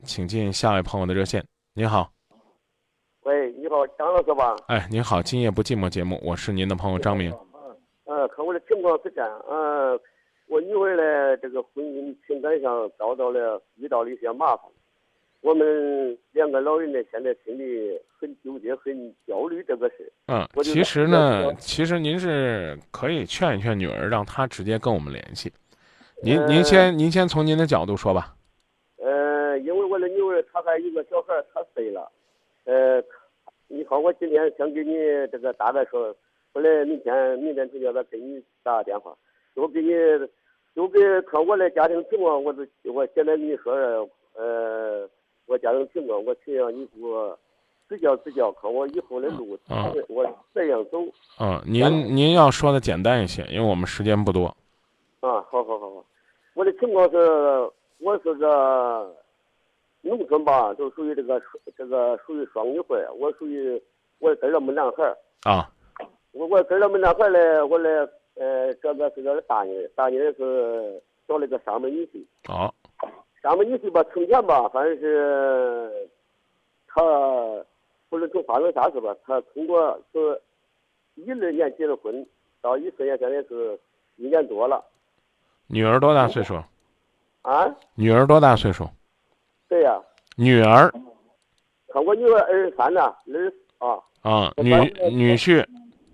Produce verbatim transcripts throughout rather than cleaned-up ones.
请进下位朋友的热线。您好。 喂，你好，张老师吧？ 哎，您好，今夜不寂寞节目，我是您的朋友张明。 嗯，看我的情况是这样，嗯，我女儿呢，这个婚姻情感上遭到了遇到了一些麻烦，我们两个老人呢，现在心里很纠结，很焦虑这个事。 嗯， 我就其实呢，其实您是可以劝一劝女儿，让她直接跟我们联系。您您呃先您先从您的角度说吧。 呃，因为我的女儿她还有一个小孩，她岁了，呃，你好，我今天想给你这个大概说。后来明天明天就叫他给你打个电话，我给你就给看我的家庭情况，我就我现在跟你说呃，我家庭情况，我希望你给我指教指教，看我以后的路， 嗯， 我怎样走。 嗯，您您要说的简单一些，因为我们时间不多。 啊，好好好好，我的情况是，我是个农村吧，就属于这个这个属于双语会，我属于我跟着我们男孩啊。 我我跟着我们男孩呢，我呢，呃，这个是个大女，大女是找了个上门女婿。 好。 上门女婿吧，从前吧，反正是他不论从发生啥事吧，他通过是一二年结的婚，到一四年现在是一年多了。 女儿多大岁数？ 啊？ 女儿多大岁数？ 对呀、啊。 女儿。 看我女儿二十三呢，二十啊。 啊，女女婿。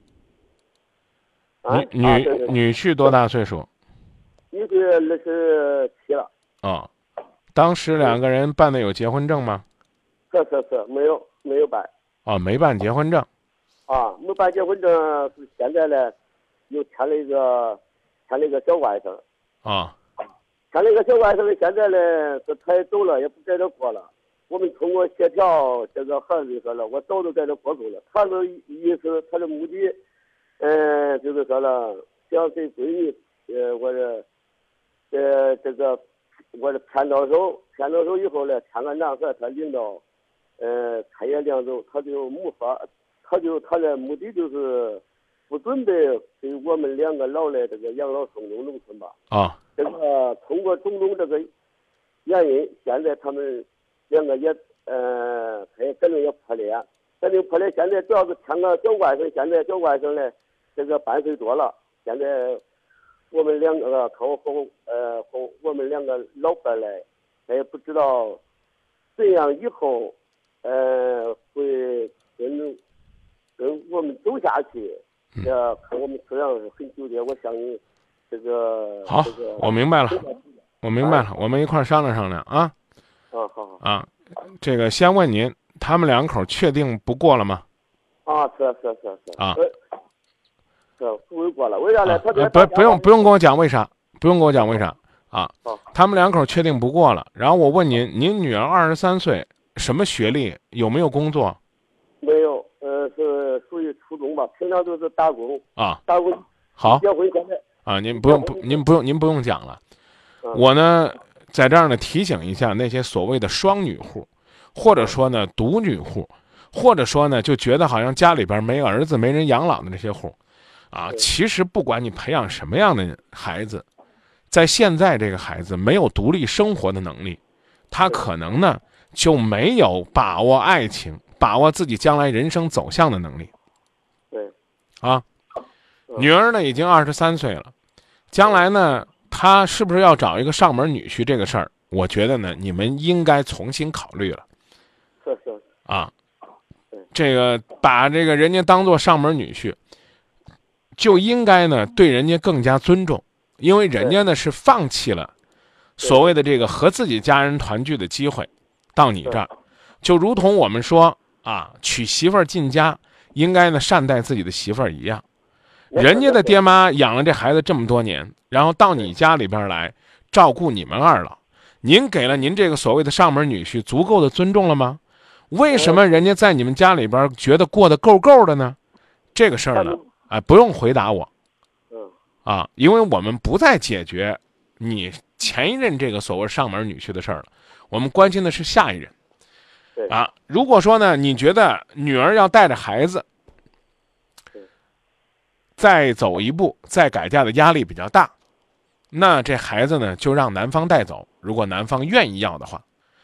啊、 女女、 啊、对对女婿多大岁数？ 女婿二十七了。 啊，当时两个人办的有结婚证吗？ 是是是，没有没有办。 啊，没办结婚证。 啊，没办结婚证，是现在呢，又签了一个签了一个小外甥。 啊。 签了一个小外甥，现在呢是他也走了，也不在这过了。我们通过协调，这个孩子说了，我早都在这过够了。他的意思，他的目的。嗯、呃，就是说了，想给闺女，呃，我这，呃，这个，我这骗到手，骗到手以后呢，签个男孩，他领到，呃，开业两周，他就没法，他就他的目的就是不准备给我们两个老的这个养老送终农村吧。 啊。 这个通过种种这个原因，现在他们两个也，呃，他也肯定也破裂，肯定破裂。现在主要是签个小外甥，现在小外甥呢。这个半岁多了，现在我们两个和我和呃和我们两个老伴来，他也不知道怎样以后呃会跟跟我们走下去。呃，看我们虽然是很纠结，我相信这个好， 这个、 我明白了，我明白了，我们一块儿商量商量啊。 啊，好好啊，这个先问您，他们两口确定不过了吗？ 啊，是是是是啊。 是不会过了，为啥呢？他不不用不用跟我讲为啥，不用跟我讲为啥啊？他们两口确定不过了，然后我问您，您女儿二十三岁，什么学历？有没有工作？ 没有，呃，是属于初中吧，平常都是打工啊， 打工。 好， 结婚现在啊，您不用不您不用您不用讲了，我呢在这儿呢提醒一下那些所谓的双女户，或者说呢独女户，或者说呢就觉得好像家里边没儿子没人养老的这些户。啊，其实不管你培养什么样的孩子，在现在这个孩子没有独立生活的能力，他可能呢就没有把握爱情、把握自己将来人生走向的能力。 对， 啊，女儿呢已经二十三岁了，将来呢她是不是要找一个上门女婿这个事儿，我觉得呢你们应该重新考虑了。 是是啊，这个把这个人家当做上门女婿。就应该呢对人家更加尊重，因为人家呢是放弃了所谓的这个和自己家人团聚的机会，到你这儿，就如同我们说啊，娶媳妇儿进家，应该呢善待自己的媳妇儿一样。人家的爹妈养了这孩子这么多年，然后到你家里边来照顾你们二老，您给了您这个所谓的上门女婿足够的尊重了吗？为什么人家在你们家里边觉得过得够够的呢？这个事儿呢？哎，不用回答我， 嗯， 啊，因为我们不再解决你前一任这个所谓上门女婿的事儿了，我们关心的是下一任。啊，如果说呢，你觉得女儿要带着孩子再走一步，再改嫁的压力比较大，那这孩子呢就让男方带走，如果男方愿意要的话。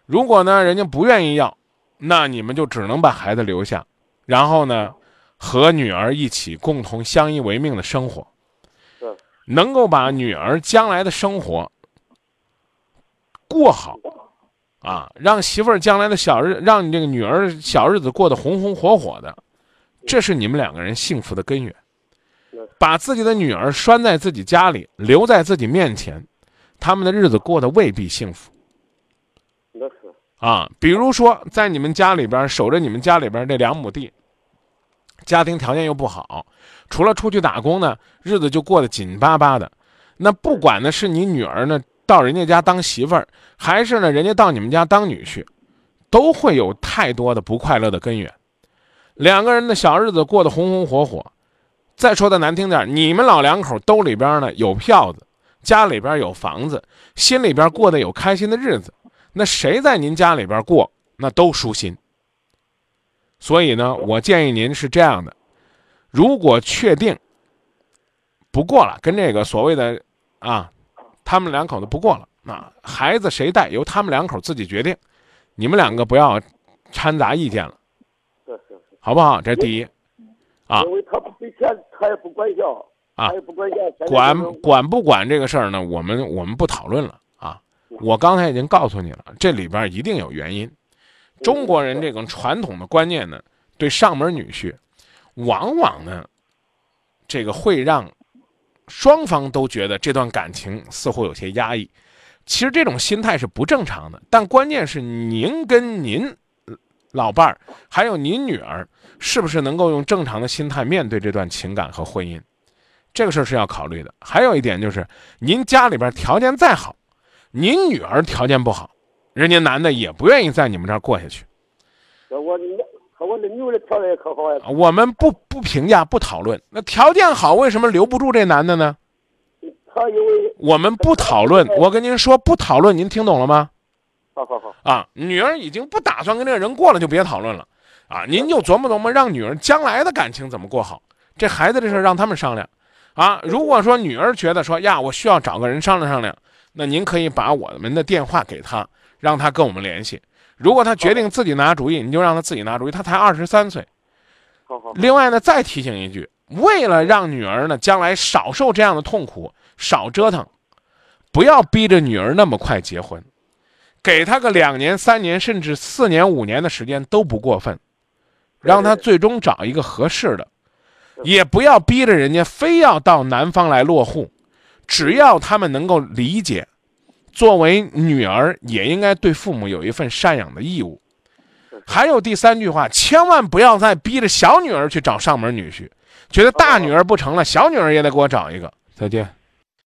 如果呢人家不愿意要，那你们就只能把孩子留下，然后呢和女儿一起共同相依为命的生活，能够把女儿将来的生活过好啊，让媳妇儿将来的小日，让你这个女儿小日子过得红红火火的，这是你们两个人幸福的根源。把自己的女儿拴在自己家里，留在自己面前，他们的日子过得未必幸福。 那是啊，比如说在你们家里边守着你们家里边这两亩地，家庭条件又不好，除了出去打工呢，日子就过得紧巴巴的。那不管呢是你女儿呢到人家家当媳妇儿，还是呢人家到你们家当女婿，都会有太多的不快乐的根源。两个人的小日子过得红红火火，再说的难听点，你们老两口兜里边呢有票子，家里边有房子，心里边过得有开心的日子，那谁在您家里边过，那都舒心。所以呢，我建议您是这样的，如果确定不过了，跟这个所谓的啊他们两口子不过了，那孩子谁带由他们两口自己决定，你们两个不要掺杂意见了，好不好？这第一啊， 因为他不给钱，他也不管教啊， 他也不管教， 管管不管这个事儿呢，我们我们不讨论了啊。我刚才已经告诉你了，这里边一定有原因。中国人这种传统的观念呢，对上门女婿，往往呢，这个会让双方都觉得这段感情似乎有些压抑。其实这种心态是不正常的，但关键是您跟您老伴儿还有您女儿是不是能够用正常的心态面对这段情感和婚姻，这个事儿是要考虑的。还有一点就是，您家里边条件再好，您女儿条件不好，人家男的也不愿意在你们这儿过下去。 我我那女的条件可好呀。 我们不不评价不讨论，那条件好为什么留不住这男的呢？ 他因为我们不讨论，我跟您说不讨论，您听懂了吗？ 好好好啊，女儿已经不打算跟这个人过了，就别讨论了啊！您就琢磨琢磨，让女儿将来的感情怎么过好。这孩子这事让他们商量啊。如果说女儿觉得说呀，我需要找个人商量商量，那您可以把我们的电话给他，让他跟我们联系。如果他决定自己拿主意，你就让他自己拿主意。他才二十三岁。 好好。 另外呢，再提醒一句，为了让女儿呢将来少受这样的痛苦，少折腾，不要逼着女儿那么快结婚。给他个两年、三年，甚至四年、五年的时间都不过分，让他最终找一个合适的，也不要逼着人家非要到南方来落户，只要他们能够理解，作为女儿也应该对父母有一份赡养的义务。还有第三句话，千万不要再逼着小女儿去找上门女婿，觉得大女儿不成了，小女儿也得给我找一个。再见。